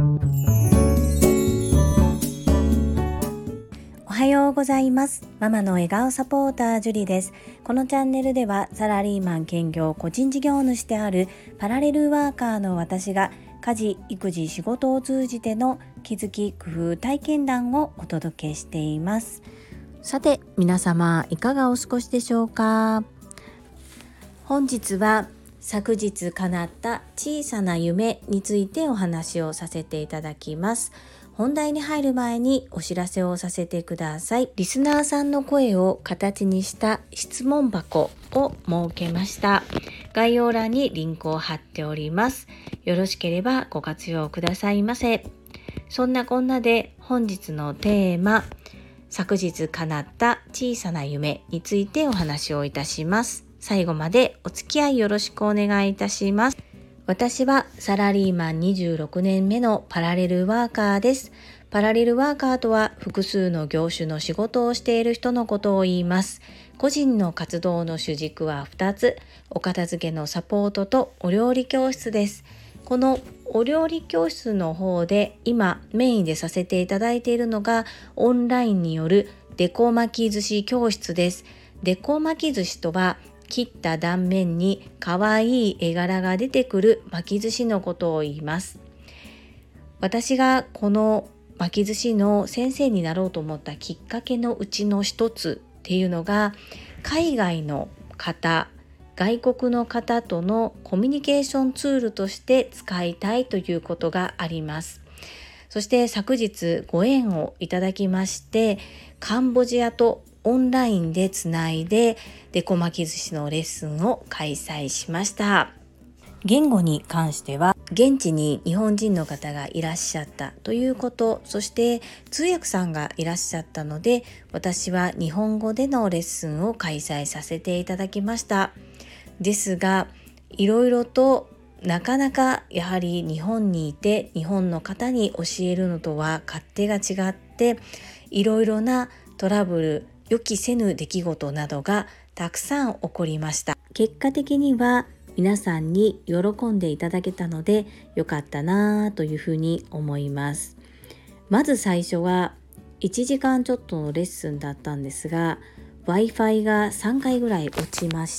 おはようございます。ママの笑顔サポータージュリです。このチャンネルではサラリーマン兼業個人事業主であるパラレルワーカーの私が家事・育児・仕事を通じての気づき・工夫・体験談をお届けしています。さて皆様いかがお過ごしでしょうか。本日は昨日叶った小さな夢についてお話をさせていただきます。本題に入る前にお知らせをさせてください。リスナーさんの声を形にした質問箱を設けました。概要欄にリンクを貼っております。よろしければご活用くださいませ。そんなこんなで本日のテーマ、昨日叶った小さな夢についてお話をいたします。最後までお付き合いよろしくお願いいたします。私はサラリーマン26年目のパラレルワーカーです。パラレルワーカーとは複数の業種の仕事をしている人のことを言います。個人の活動の主軸は2つ、お片付けのサポートとお料理教室です。このお料理教室の方で今メインでさせていただいているのがオンラインによるデコ巻き寿司教室です。デコ巻き寿司とは切った断面に可愛い絵柄が出てくる巻き寿司のことを言います。私がこの巻き寿司の先生になろうと思ったきっかけのうちの一つっていうのが、海外の方、外国の方とのコミュニケーションツールとして使いたいということがあります。そして昨日ご縁をいただきまして、カンボジアとオンラインでつないでデコ巻き寿司のレッスンを開催しました。言語に関しては現地に日本人の方がいらっしゃったということ、そして通訳さんがいらっしゃったので、私は日本語でのレッスンを開催させていただきました。ですがいろいろとなかなかやはり日本にいて日本の方に教えるのとは勝手が違って、いろいろなトラブル、予期せぬ出来事などがたくさん起こりました。結果的には皆さんに喜んでいただけたのでよかったなというふうに思います。まず最初は1時間ちょっとのレッスンだったんですが、 Wi-Fi が3回ぐらい落ちまして、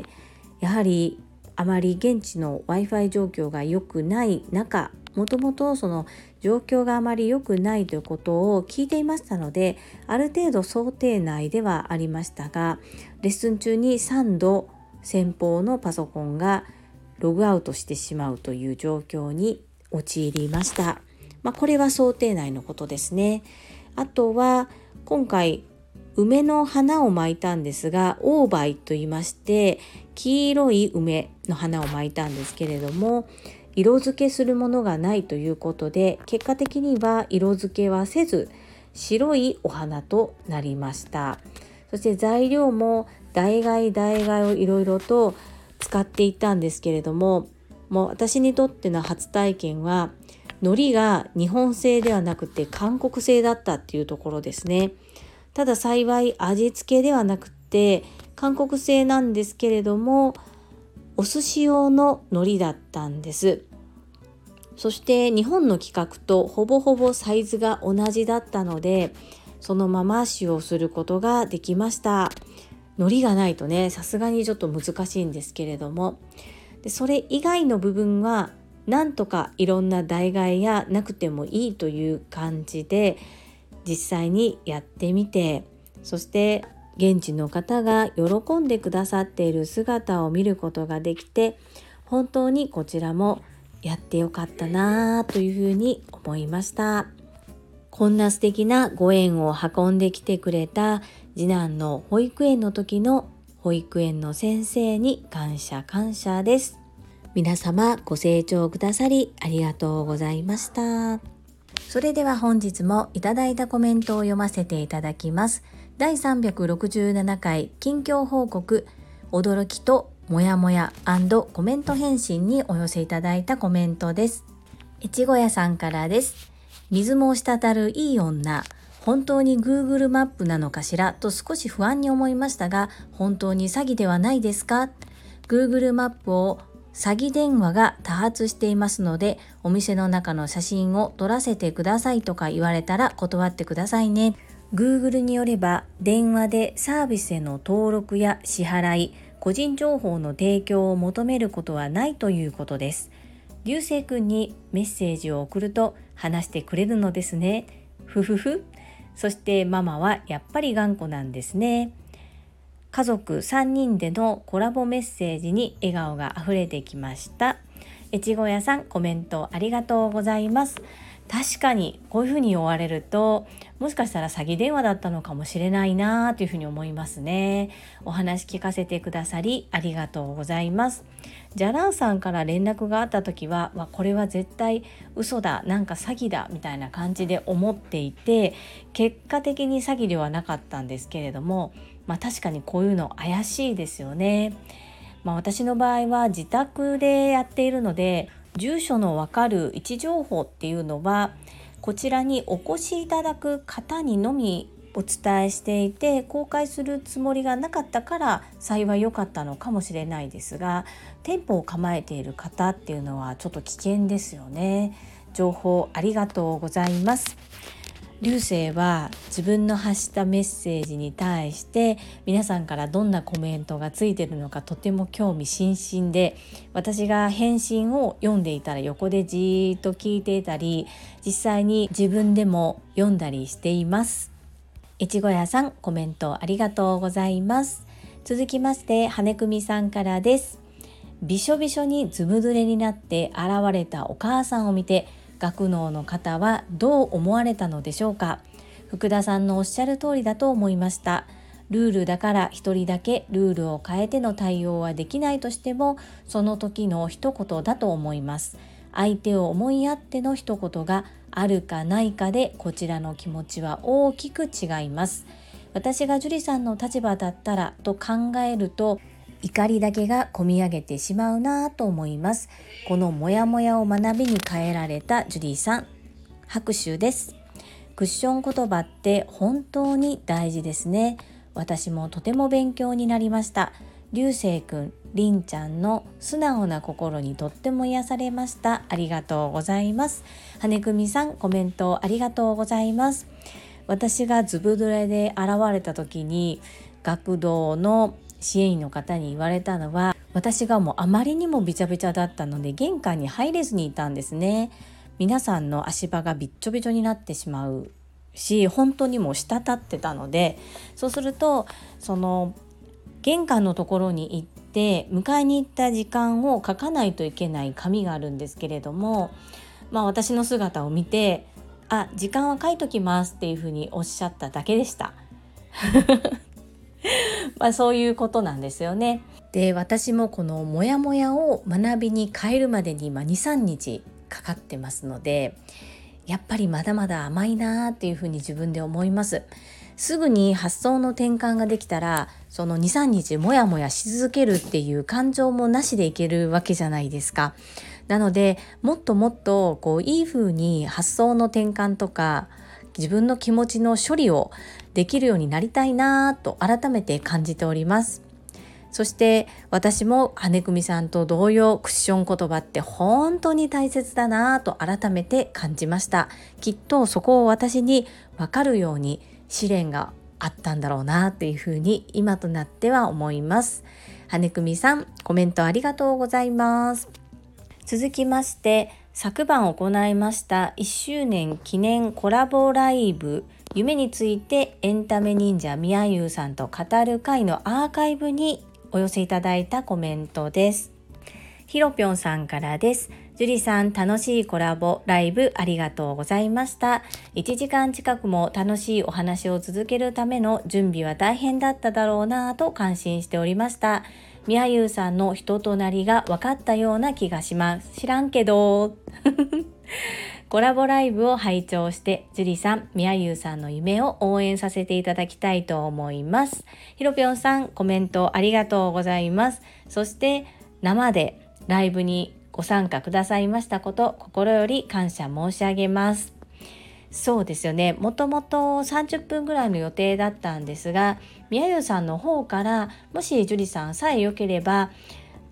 やはりあまり現地の Wi-Fi 状況が良くない中、もともとその状況があまり良くないということを聞いていましたので、ある程度想定内ではありましたが、レッスン中に3度先方のパソコンがログアウトしてしまうという状況に陥りました。これは想定内のことですね。あとは今回梅の花を巻いたんですが、オーバイと言いまして黄色い梅の花を巻いたんですけれども、色付けするものがないということで、結果的には色付けはせず白いお花となりました。そして材料も代替をいろいろと使っていったんですけれども、もう私にとっての初体験は海苔が日本製ではなくて韓国製だったっていうところですね。ただ幸い味付けではなくて韓国製なんですけれども、お寿司用の海苔だったんです。そして日本の規格とほぼほぼサイズが同じだったので、そのまま使用することができました。海苔がないとね、さすがにちょっと難しいんですけれども、でそれ以外の部分はなんとかいろんな代替やなくてもいいという感じで実際にやってみて、そして現地の方が喜んでくださっている姿を見ることができて、本当にこちらもやってよかったなというふうに思いました。こんな素敵なご縁を運んできてくれた次男の保育園の時の保育園の先生に感謝です。皆様ご清聴くださりありがとうございました。それでは本日もいただいたコメントを読ませていただきます。第367回近況報告、驚きともやもや&コメント返信にお寄せいただいたコメントです。越後屋さんからです。水も滴るいい女、本当に Google マップなのかしらと少し不安に思いましたが、本当に詐欺ではないですか？ Google マップを詐欺電話が多発していますので、お店の中の写真を撮らせてくださいとか言われたら断ってくださいね。Google によれば、電話でサービスへの登録や支払い、個人情報の提供を求めることはないということです。流星くんにメッセージを送ると話してくれるのですね。ふふふ。そしてママはやっぱり頑固なんですね。家族3人でのコラボメッセージに笑顔があふれてきました。越後屋さん、コメントありがとうございます。確かにこういうふうに言われると、もしかしたら詐欺電話だったのかもしれないなというふうに思いますね。お話聞かせてくださりありがとうございます。じゃらんさんから連絡があった時は、これは絶対嘘だ、なんか詐欺だみたいな感じで思っていて、結果的に詐欺ではなかったんですけれども、確かにこういうの怪しいですよね。私の場合は自宅でやっているので、住所のわかる位置情報っていうのはこちらにお越しいただく方にのみお伝えしていて、公開するつもりがなかったから幸い良かったのかもしれないですが、店舗を構えている方っていうのはちょっと危険ですよね。情報ありがとうございます。流星は自分の発したメッセージに対して皆さんからどんなコメントがついているのかとても興味津々で、私が返信を読んでいたら横でじーっと聞いていたり、実際に自分でも読んだりしています。越後屋さん、コメントありがとうございます。続きまして羽組さんからです。びしょびしょにずぶ濡れになって現れたお母さんを見て、学童の方はどう思われたのでしょうか。福田さんのおっしゃる通りだと思いました。ルールだから一人だけルールを変えての対応はできないとしても、その時の一言だと思います。相手を思いやっての一言があるかないかで、こちらの気持ちは大きく違います。私が樹里さんの立場だったらと考えると、怒りだけがこみ上げてしまうなと思います。このモヤモヤを学びに変えられたジュリーさん、拍手です。クッション言葉って本当に大事ですね。私もとても勉強になりました。流星くん、りんちゃんの素直な心にとっても癒されました。ありがとうございます。羽組さん、コメントありがとうございます。私がずぶ濡れで現れた時に、学童の支援員の方に言われたのは、私がもうあまりにもびちゃびちゃだったので玄関に入れずにいたんですね。皆さんの足場がびっちょびちょになってしまうし、本当にもう滴ってたので、そうするとその玄関のところに行って迎えに行った時間を書かないといけない紙があるんですけれども、私の姿を見て、時間は書いときますっていうふうにおっしゃっただけでしたそういうことなんですよね。で、私もこのモヤモヤを学びに変えるまでに今 2,3 日かかってますので、やっぱりまだまだ甘いなっていうふうに自分で思います。すぐに発想の転換ができたら、その 2,3 日モヤモヤし続けるっていう感情もなしでいけるわけじゃないですか。なのでもっともっといい風に発想の転換とか自分の気持ちの処理をできるようになりたいなと改めて感じております。そして私も羽組さんと同様、クッション言葉って本当に大切だなと改めて感じました。きっとそこを私に分かるように試練があったんだろうなというふうに今となっては思います。羽組さん、コメントありがとうございます。続きまして、昨晩行いました1周年記念コラボライブ夢についてエンタメ忍者みやゆうさんと語る会のアーカイブにお寄せいただいたコメントです。ひろぴょんさんからです。ジュリさん、楽しいコラボライブありがとうございました。1時間近くも楽しいお話を続けるための準備は大変だっただろうなぁと感心しておりました。みやゆうさんの人となりが分かったような気がします。知らんけどコラボライブを拝聴してジュリさん、みやゆうさんの夢を応援させていただきたいと思います。ひろぴょんさん、コメントありがとうございます。そして生でライブにご参加くださいましたこと、心より感謝申し上げます。そうですよね。もともと30分ぐらいの予定だったんですが、みやゆうさんの方からもしジュリさんさえ良ければ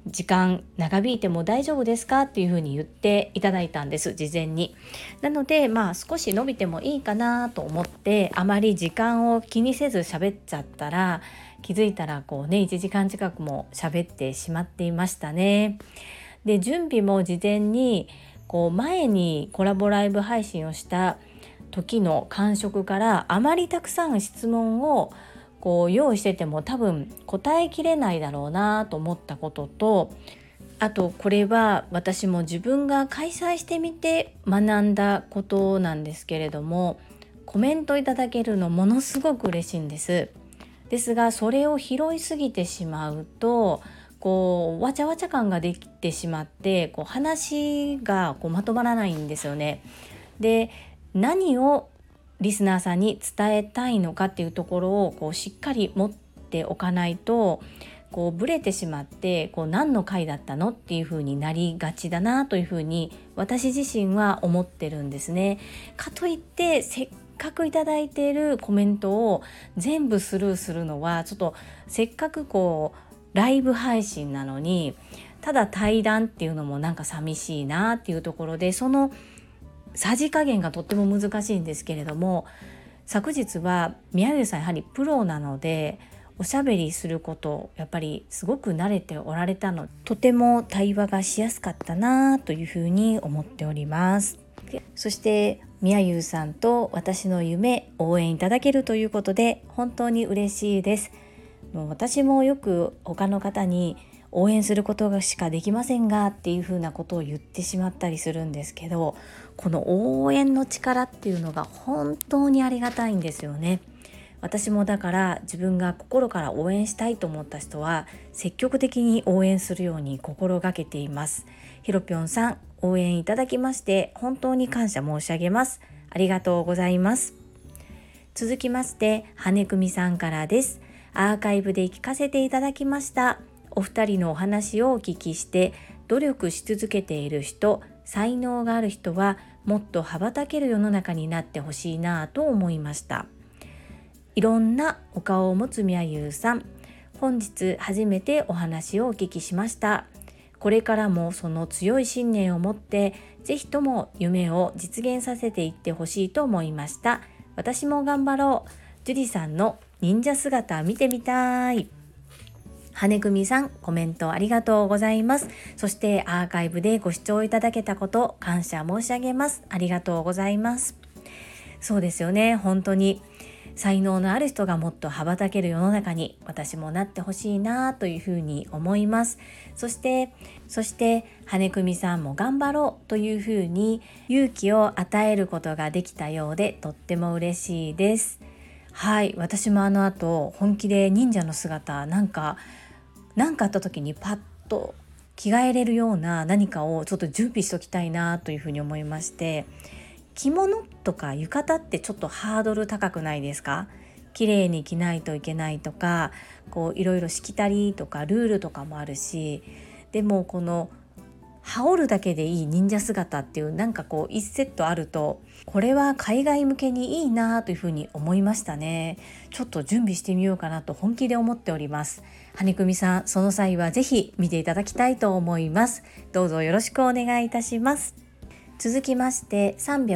時間長引いても大丈夫ですかっていうふうに言っていただいたんです、事前に。なので少し伸びてもいいかなと思って、あまり時間を気にせず喋っちゃったら、気づいたら1時間近くも喋ってしまっていましたね。で、準備も事前に前にコラボライブ配信をした時の感触から、あまりたくさん質問を用意してても多分答えきれないだろうなと思ったことと、あとこれは私も自分が開催してみて学んだことなんですけれども、コメントいただけるのものすごく嬉しいんです。ですが、それを拾いすぎてしまうとわちゃわちゃ感ができてしまって、話がまとまらないんですよね。で、何をリスナーさんに伝えたいのかっていうところをしっかり持っておかないと、ブレてしまって何の回だったのっていう風になりがちだなという風に私自身は思ってるんですね。かといってせっかくいただいているコメントを全部スルーするのはちょっと、せっかくライブ配信なのにただ対談っていうのもなんか寂しいなっていうところで、そのさじ加減がとっても難しいんですけれども、昨日は宮上さんやはりプロなので、おしゃべりすることやっぱりすごく慣れておられたの、とても対話がしやすかったなというふうに思っております。そして宮優さんと私の夢応援いただけるということで本当に嬉しいです。もう私もよく他の方に応援することしかできませんがっていうふうなことを言ってしまったりするんですけど、この応援の力っていうのが本当にありがたいんですよね。私もだから自分が心から応援したいと思った人は積極的に応援するように心がけています。ひろぴょんさん、応援いただきまして本当に感謝申し上げます。ありがとうございます。続きまして羽根久美さんからです。アーカイブで聞かせていただきました。お二人のお話をお聞きして、努力し続けている人、才能がある人はもっと羽ばたける世の中になってほしいなと思いました。いろんなお顔を持つ宮優さん、本日初めてお話をお聞きしました。これからもその強い信念を持ってぜひとも夢を実現させていってほしいと思いました。私も頑張ろう。ジュリさんの忍者姿見てみたい。羽久美さん、コメントありがとうございます。そしてアーカイブでご視聴いただけたこと感謝申し上げます。ありがとうございます。そうですよね。本当に才能のある人がもっと羽ばたける世の中に私もなってほしいなというふうに思います。そして羽久美さんも頑張ろうというふうに勇気を与えることができたようでとっても嬉しいです。はい、私も後本気で忍者の姿なんかあった時にパッと着替えれるような何かをちょっと準備しておきたいなというふうに思いまして、着物とか浴衣ってちょっとハードル高くないですか？綺麗に着ないといけないとか、いろいろしきたりとかルールとかもあるし、でもこの羽織るだけでいい忍者姿っていう1セットあると、これは海外向けにいいなというふうに思いましたね。ちょっと準備してみようかなと本気で思っております。羽久美さん、その際はぜひ見ていただきたいと思います。どうぞよろしくお願いいたします。続きまして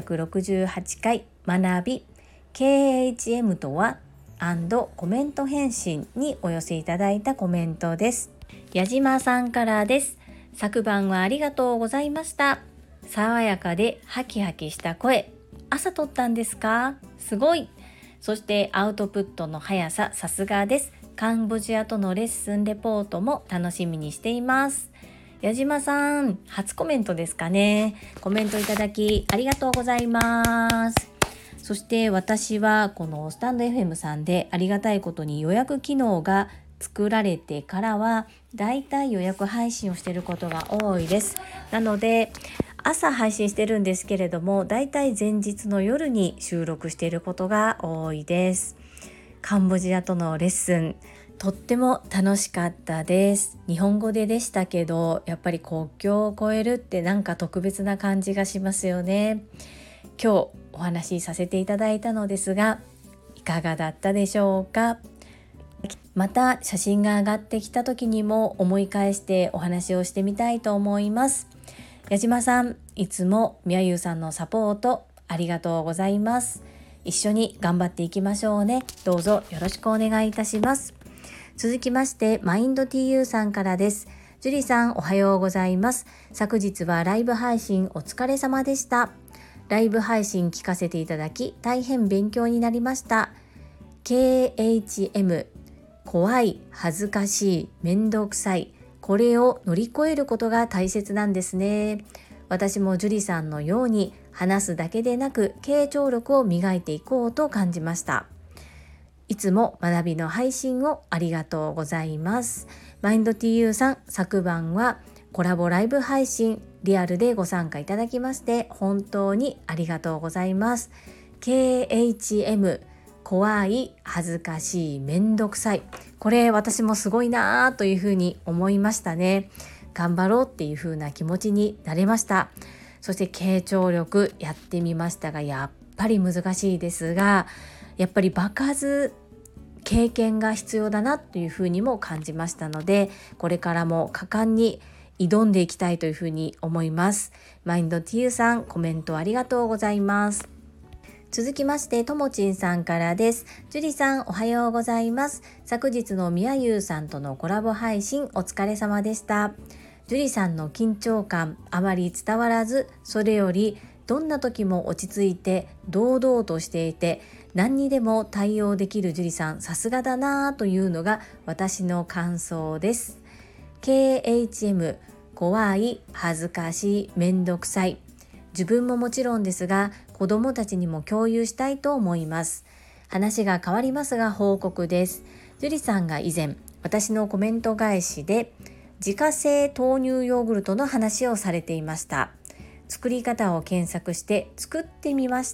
368回学び KHM とは&コメント返信にお寄せいただいたコメントです。矢島さんからです。昨晩はありがとうございました。爽やかでハキハキした声、朝撮ったんですか？すごい。そしてアウトプットの速さ、さすがです。カンボジアとのレッスンレポートも楽しみにしています。矢島さん、初コメントですかね。コメントいただきありがとうございます。そして私はこのスタンド FM さんでありがたいことに予約機能が作られてからはだいたい予約配信をしていることが多いです。なので朝配信してるんですけれども、だいたい前日の夜に収録していることが多いです。カンボジアとのレッスンとっても楽しかったです。日本語でしたけど、やっぱり国境を越えるって特別な感じがしますよね。今日お話しさせていただいたのですが、いかがだったでしょうか。 また写真が上がってきた時にも思い返してお話をしてみたいと思います。矢島さん、いつもみやゆうさんのサポートありがとうございます。一緒に頑張っていきましょうね。どうぞよろしくお願いいたします。続きましてマインド TU さんからです。ジュリさん、おはようございます。昨日はライブ配信お疲れ様でした。ライブ配信聞かせていただき大変勉強になりました。 KHM、 怖い、恥ずかしい、めんどくさい、これを乗り越えることが大切なんですね。私もジュリさんのように話すだけでなく傾聴力を磨いていこうと感じました。いつも学びの配信をありがとうございます。マインド TU さん、昨晩はコラボライブ配信リアルでご参加いただきまして本当にありがとうございます。 KHM、 怖い、恥ずかしい、めんどくさい、これ私もすごいなというふうに思いましたね。頑張ろうっていうふうな気持ちになれました。そして傾聴力やってみましたがやっぱり難しいですが、やっぱり爆発経験が必要だなというふうにも感じましたので、これからも果敢に挑んでいきたいというふうに思います。マインド TU さん、コメントありがとうございます。続きましてともちんさんからです。ジュリさん、おはようございます。昨日のみやゆうさんとのコラボ配信お疲れ様でした。ジュリさんの緊張感あまり伝わらず、それよりどんな時も落ち着いて堂々としていて何にでも対応できるジュリさん、さすがだなというのが私の感想です。 KHM、 怖い、恥ずかしい、めんどくさい、自分ももちろんですが子どもたちにも共有したいと思います。話が変わりますが報告です。ジュリさんが以前私のコメント返しで自家製豆乳ヨーグルトの話をされていました。作り方を検索して作ってみました。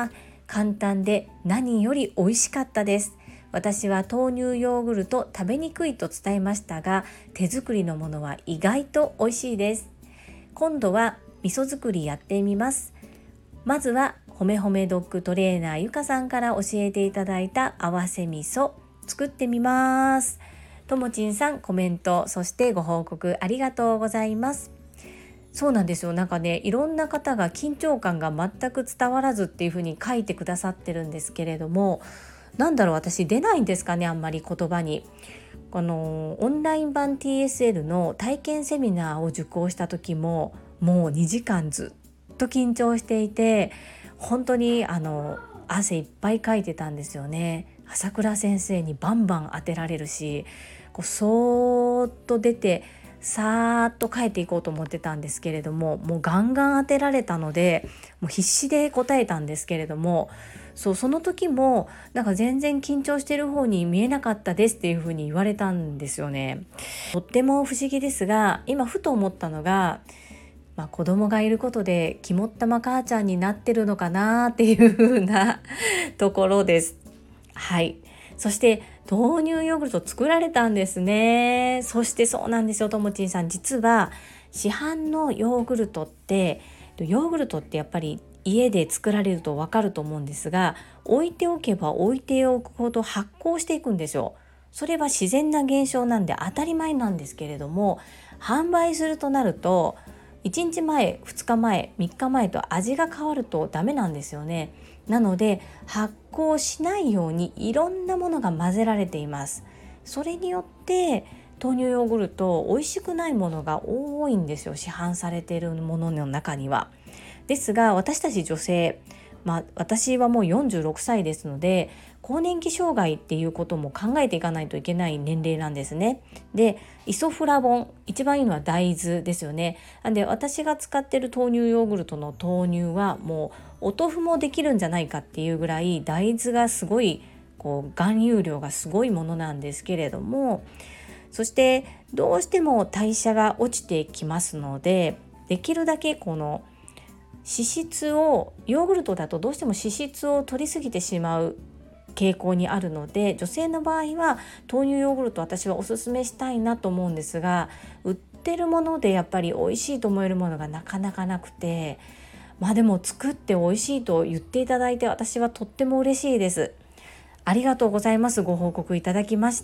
簡単で何より美味しかったです。私は豆乳ヨーグルト食べにくいと伝えましたが、手作りのものは意外と美味しいです。今度は味噌作りやってみます。まずはほめほめドッグトレーナーゆかさんから教えていただいた合わせ味噌作ってみます。ともちんさん、コメントそしてご報告ありがとうございます。そうなんですよ。なんかね、いろんな方が緊張感が全く伝わらずっていう風に書いてくださってるんですけれども、なんだろう、私出ないんですかね、あんまり言葉に。オンライン版 TSL の体験セミナーを受講した時ももう2時間ずっと緊張していて、本当に汗いっぱいかいてたんですよね。朝倉先生にバンバン当てられるし、こうそーっと出てさーっと帰っていこうと思ってたんですけれども、もうガンガン当てられたのでもう必死で答えたんですけれども、その時もなんか全然緊張してる方に見えなかったですっていう風に言われたんですよね。とっても不思議ですが、今ふと思ったのが、子供がいることで肝っ玉母ちゃんになってるのかなっていう風なところです。はい。そして豆乳ヨーグルト作られたんですね。そしてそうなんですよ、ともちんさん、実は市販のヨーグルトってやっぱり家で作られると分かると思うんですが、置いておけば置いておくほど発酵していくんですよ。それは自然な現象なんで当たり前なんですけれども、販売するとなると1日前、2日前、3日前と味が変わるとダメなんですよね。なので発酵しないようにいろんなものが混ぜられています。それによって豆乳ヨーグルト美味しくないものが多いんですよ、市販されているものの中には。ですが私たち女性、私はもう46歳ですので、更年期障害っていうことも考えていかないといけない年齢なんですね。で、イソフラボン、一番いいのは大豆ですよね。なんで私が使っている豆乳ヨーグルトの豆乳はもうお豆腐もできるんじゃないかっていうぐらい大豆がすごい含有量がすごいものなんですけれども、そしてどうしても代謝が落ちてきますので、できるだけこの脂質を、ヨーグルトだとどうしても脂質を取りすぎてしまう傾向にあるので、女性の場合は豆乳ヨーグルト私はおすすめしたいなと思うんですが、売ってるものでやっぱり美味しいと思えるものがなかなかなくて、でも作って美味しいと言っていただいて私はとっても嬉しいです。 ありがとうございます。ご報告いただきまして。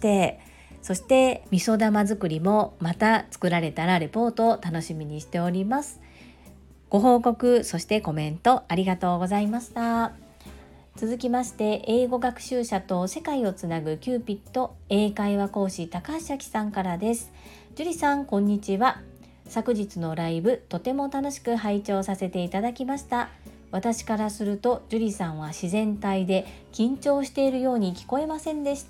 そして味噌玉作りもまた作られたらレポートを楽しみにしております。ご報告、そしてコメントありがとうございました。続きまして、英語学習者と世界をつなぐキューピット英会話講師高橋明さんからです。ジュリさん、こんにちは。昨日のライブとても楽しく拝聴させていただきました。私からするとジュリさんは自然体で緊張しているように聞こえませんでした。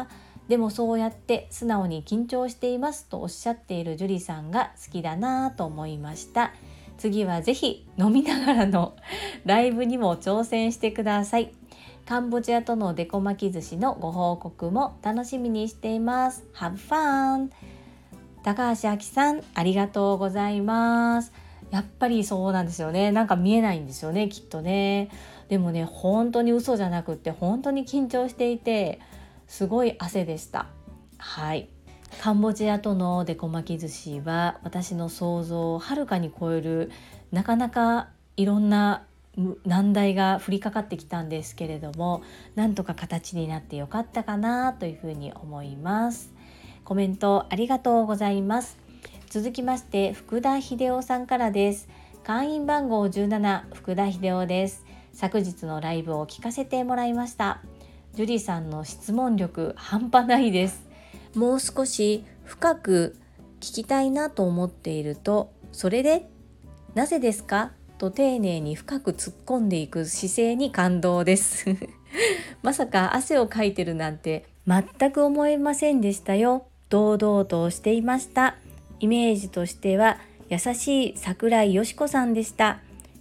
でもそうやって素直に緊張していますとおっしゃっているジュリさんが好きだなと思いました。次はぜひ飲みながらのライブにも挑戦してください。カンボジアとのデコ巻き寿司のご報告も楽しみにしています。Have fun! 高橋明さん、ありがとうございます。やっぱりそうなんですよね。なんか見えないんですよね、きっとね。でもね、本当に嘘じゃなくって本当に緊張していて、すごい汗でした。はい。カンボジアとのデコ巻き寿司は私の想像をはるかに超える、なかなかいろんな難題が降りかかってきたんですけれども、なんとか形になってよかったかなというふうに思います。コメントありがとうございます。続きまして福田秀夫さんからです。会員番号17、福田秀夫です。昨日のライブを聞かせてもらいました。ジュリさんの質問力半端ないです。もう少し深く聞きたいなと思っていると、それでなぜですかと丁寧に深く突っ込んでいく姿勢に感動ですまさか汗をかいてるなんて全く思いませんでしたよ。堂々としていました。イメージとしては優しい桜井よし子さんでした。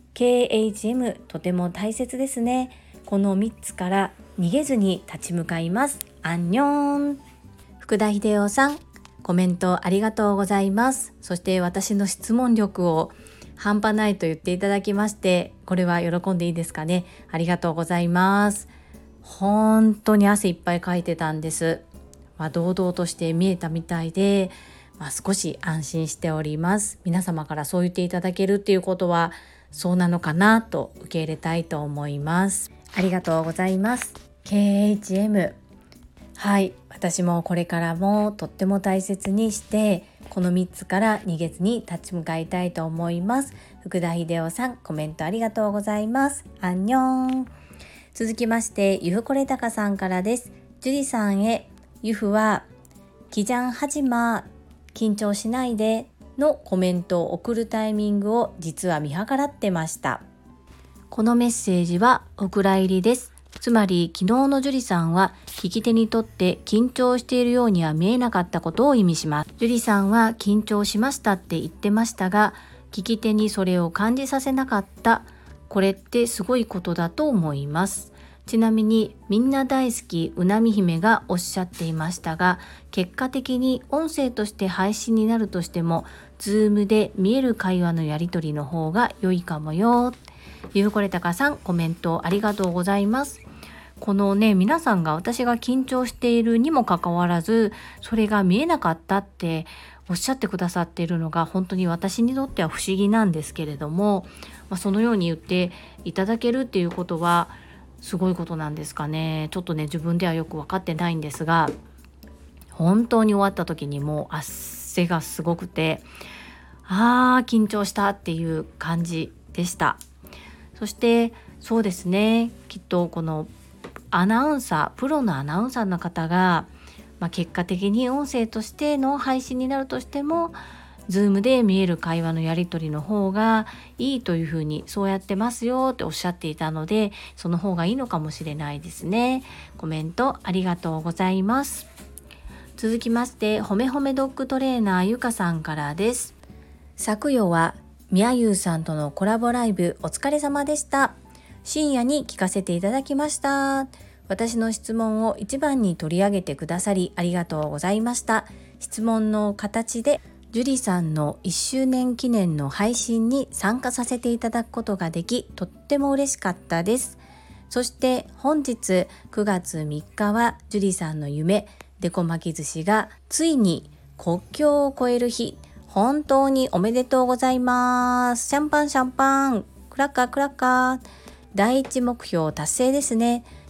KHM とても大切ですね。この3つから逃げずに立ち向かいます。アンニョン。福田秀夫さん、コメントありがとうございます。そして私の質問力を半端ないと言っていただきまして、これは喜んでいいですかね。ありがとうございます。本当に汗いっぱいかいてたんです。堂々として見えたみたいで、少し安心しております。皆様からそう言っていただけるっていうことはそうなのかなと受け入れたいと思います。ありがとうございます。 KHM、 はい、私もこれからもとっても大切にしてこの3つから逃げずに立ち向かいたいと思います。福田秀夫さん、コメントありがとうございます。アンニョン。続きましてゆふこれたかさんからです。ジュリさんへ、ゆふはキジャンハジマ緊張しないでのコメントを送るタイミングを実は見計らってました。このメッセージはお蔵入りです。つまり昨日のジュリさんは聞き手にとって緊張しているようには見えなかったことを意味します。ジュリさんは緊張しましたって言ってましたが、聞き手にそれを感じさせなかった。これってすごいことだと思います。ちなみにみんな大好きうなみ姫がおっしゃっていましたが、結果的に音声として配信になるとしても、ズームで見える会話のやり取りの方が良いかもよ。ゆうこれたかさん、コメントありがとうございます。このね、皆さんが私が緊張しているにもかかわらず、それが見えなかったっておっしゃってくださっているのが本当に私にとっては不思議なんですけれども、そのように言っていただけるっていうことはすごいことなんですかね。ちょっとね、自分ではよく分かってないんですが、本当に終わった時にもう汗がすごくて、緊張したっていう感じでした。そしてそうですね、きっとこのアナウンサー、プロのアナウンサーの方が、結果的に音声としての配信になるとしても、ズームで見える会話のやり取りの方がいいというふうに、そうやってますよっておっしゃっていたので、その方がいいのかもしれないですね。コメントありがとうございます。続きまして、ほめほめドッグトレーナーゆかさんからです。昨夜はみやゆうさんとのコラボライブお疲れ様でした。深夜に聞かせていただきました。私の質問を一番に取り上げてくださりありがとうございました。質問の形でジュリさんの1周年記念の配信に参加させていただくことができ、とっても嬉しかったです。そして本日9月3日はジュリさんの夢、デコ巻き寿司がついに国境を越える日。本当におめでとうございます。シャンパンシャンパン、クラッカークラッカー。第一目標達成ですね。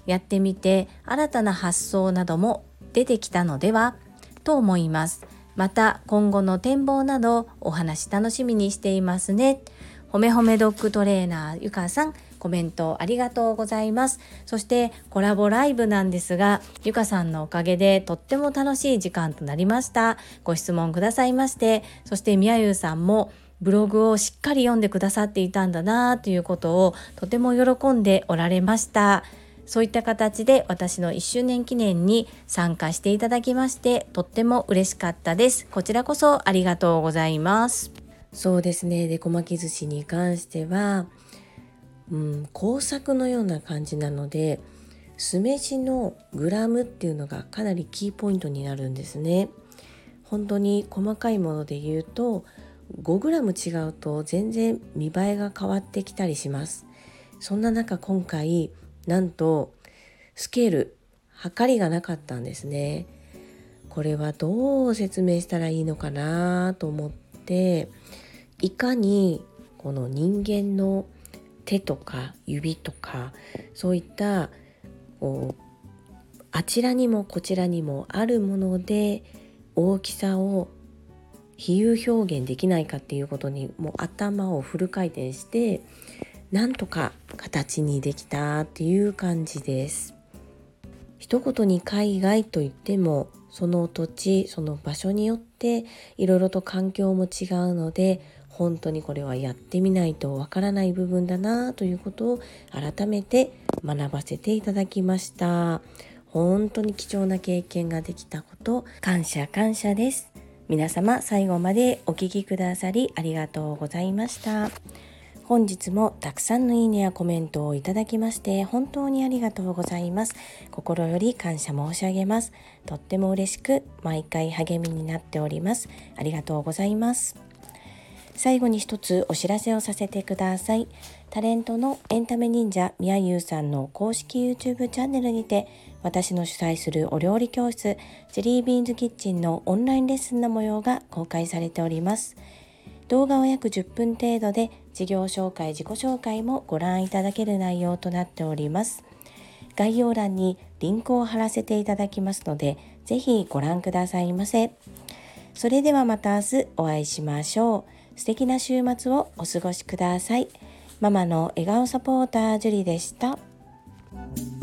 やってみて新たな発想なども出てきたのではと思います。また今後の展望などお話楽しみにしていますね。ほめほめドッグトレーナーゆかさん、コメントありがとうございます。そしてコラボライブなんですが、ゆかさんのおかげでとっても楽しい時間となりました。ご質問くださいまして、そしてみやゆうさんもブログをしっかり読んでくださっていたんだなということをとても喜んでおられました。そういった形で私の1周年記念に参加していただきまして、とっても嬉しかったです。こちらこそありがとうございます。そうですね、でこ巻き寿司に関しては、工作のような感じなので、酢飯のグラムっていうのがかなりキーポイントになるんですね。本当に細かいもので言うと5グラム違うと全然見栄えが変わってきたりします。そんな中、今回なんとスケール測りがなかったんですね。これはどう説明したらいいのかなと思って、いかにこの人間の手とか指とか、そういったあちらにもこちらにもあるもので大きさを比喩表現できないかっていうことにもう頭をフル回転して、なんとか形にできたっていう感じです。一言に海外といっても、その土地その場所によっていろいろと環境も違うので、本当にこれはやってみないとわからない部分だなということを改めて学ばせていただきました。本当に貴重な経験ができたこと、感謝です。皆様最後までお聞きくださりありがとうございました。本日もたくさんのいいねやコメントをいただきまして本当にありがとうございます。心より感謝申し上げます。とっても嬉しく毎回励みになっております。ありがとうございます。最後に一つお知らせをさせてください。タレントのエンタメ忍者みやゆうさんの公式 YouTube チャンネルにて、私の主催するお料理教室ジェリービーンズキッチンのオンラインレッスンの模様が公開されております。動画は約10分程度で、事業紹介自己紹介もご覧いただける内容となっております。概要欄にリンクを貼らせていただきますので、ぜひご覧くださいませ。それではまた明日お会いしましょう。素敵な週末をお過ごしください。ママの笑顔サポータージュリでした。